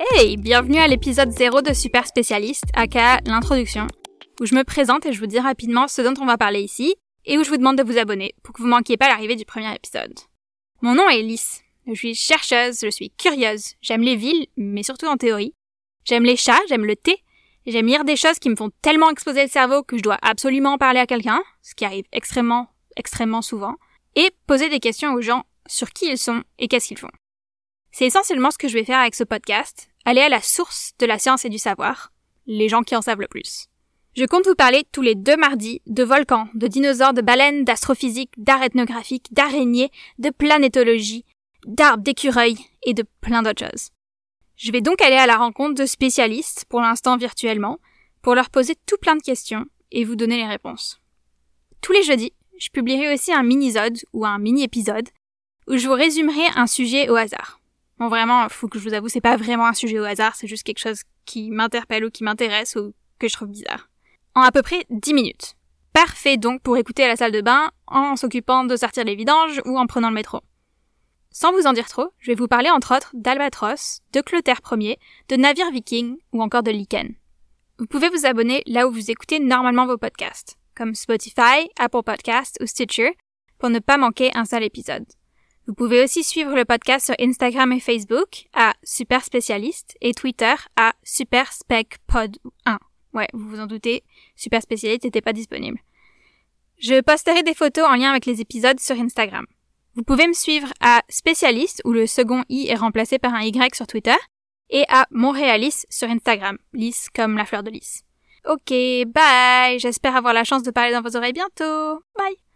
Hey, bienvenue à l'épisode 0 de Super Spécialiste, aka l'introduction, où je me présente et je vous dis rapidement ce dont on va parler ici, et où je vous demande de vous abonner pour que vous manquiez pas l'arrivée du premier épisode. Mon nom est Lys, je suis chercheuse, je suis curieuse, j'aime les villes, mais surtout en théorie. J'aime les chats, j'aime le thé, j'aime lire des choses qui me font tellement exploser le cerveau que je dois absolument en parler à quelqu'un, ce qui arrive extrêmement souvent, et poser des questions aux gens sur qui ils sont et qu'est-ce qu'ils font. C'est essentiellement ce que je vais faire avec ce podcast, aller à la source de la science et du savoir, les gens qui en savent le plus. Je compte vous parler tous les 2 mardis de volcans, de dinosaures, de baleines, d'astrophysique, d'art ethnographique, d'araignées, de planétologie, d'arbres, d'écureuils et de plein d'autres choses. Je vais donc aller à la rencontre de spécialistes, pour l'instant virtuellement, pour leur poser tout plein de questions et vous donner les réponses. Tous les jeudis, je publierai aussi un mini-sode ou un mini-épisode où je vous résumerai un sujet au hasard. Bon, vraiment, faut que je vous avoue, c'est pas vraiment un sujet au hasard, c'est juste quelque chose qui m'interpelle ou qui m'intéresse ou que je trouve bizarre. En à peu près 10 minutes. Parfait donc pour écouter à la salle de bain, en s'occupant de sortir les vidanges ou en prenant le métro. Sans vous en dire trop, je vais vous parler entre autres d'Albatros, de Clotaire Ier, de navires vikings ou encore de lichen. Vous pouvez vous abonner là où vous écoutez normalement vos podcasts, comme Spotify, Apple Podcasts ou Stitcher, pour ne pas manquer un seul épisode. Vous pouvez aussi suivre le podcast sur Instagram et Facebook à Super Spécialiste et Twitter à SuperSpecPod1. Ouais, vous vous en doutez, Super Spécialiste n'était pas disponible. Je posterai des photos en lien avec les épisodes sur Instagram. Vous pouvez me suivre à Spécialiste, où le second I est remplacé par un Y sur Twitter, et à Montréalis sur Instagram, lys comme la fleur de lys. Ok, bye! J'espère avoir la chance de parler dans vos oreilles bientôt. Bye!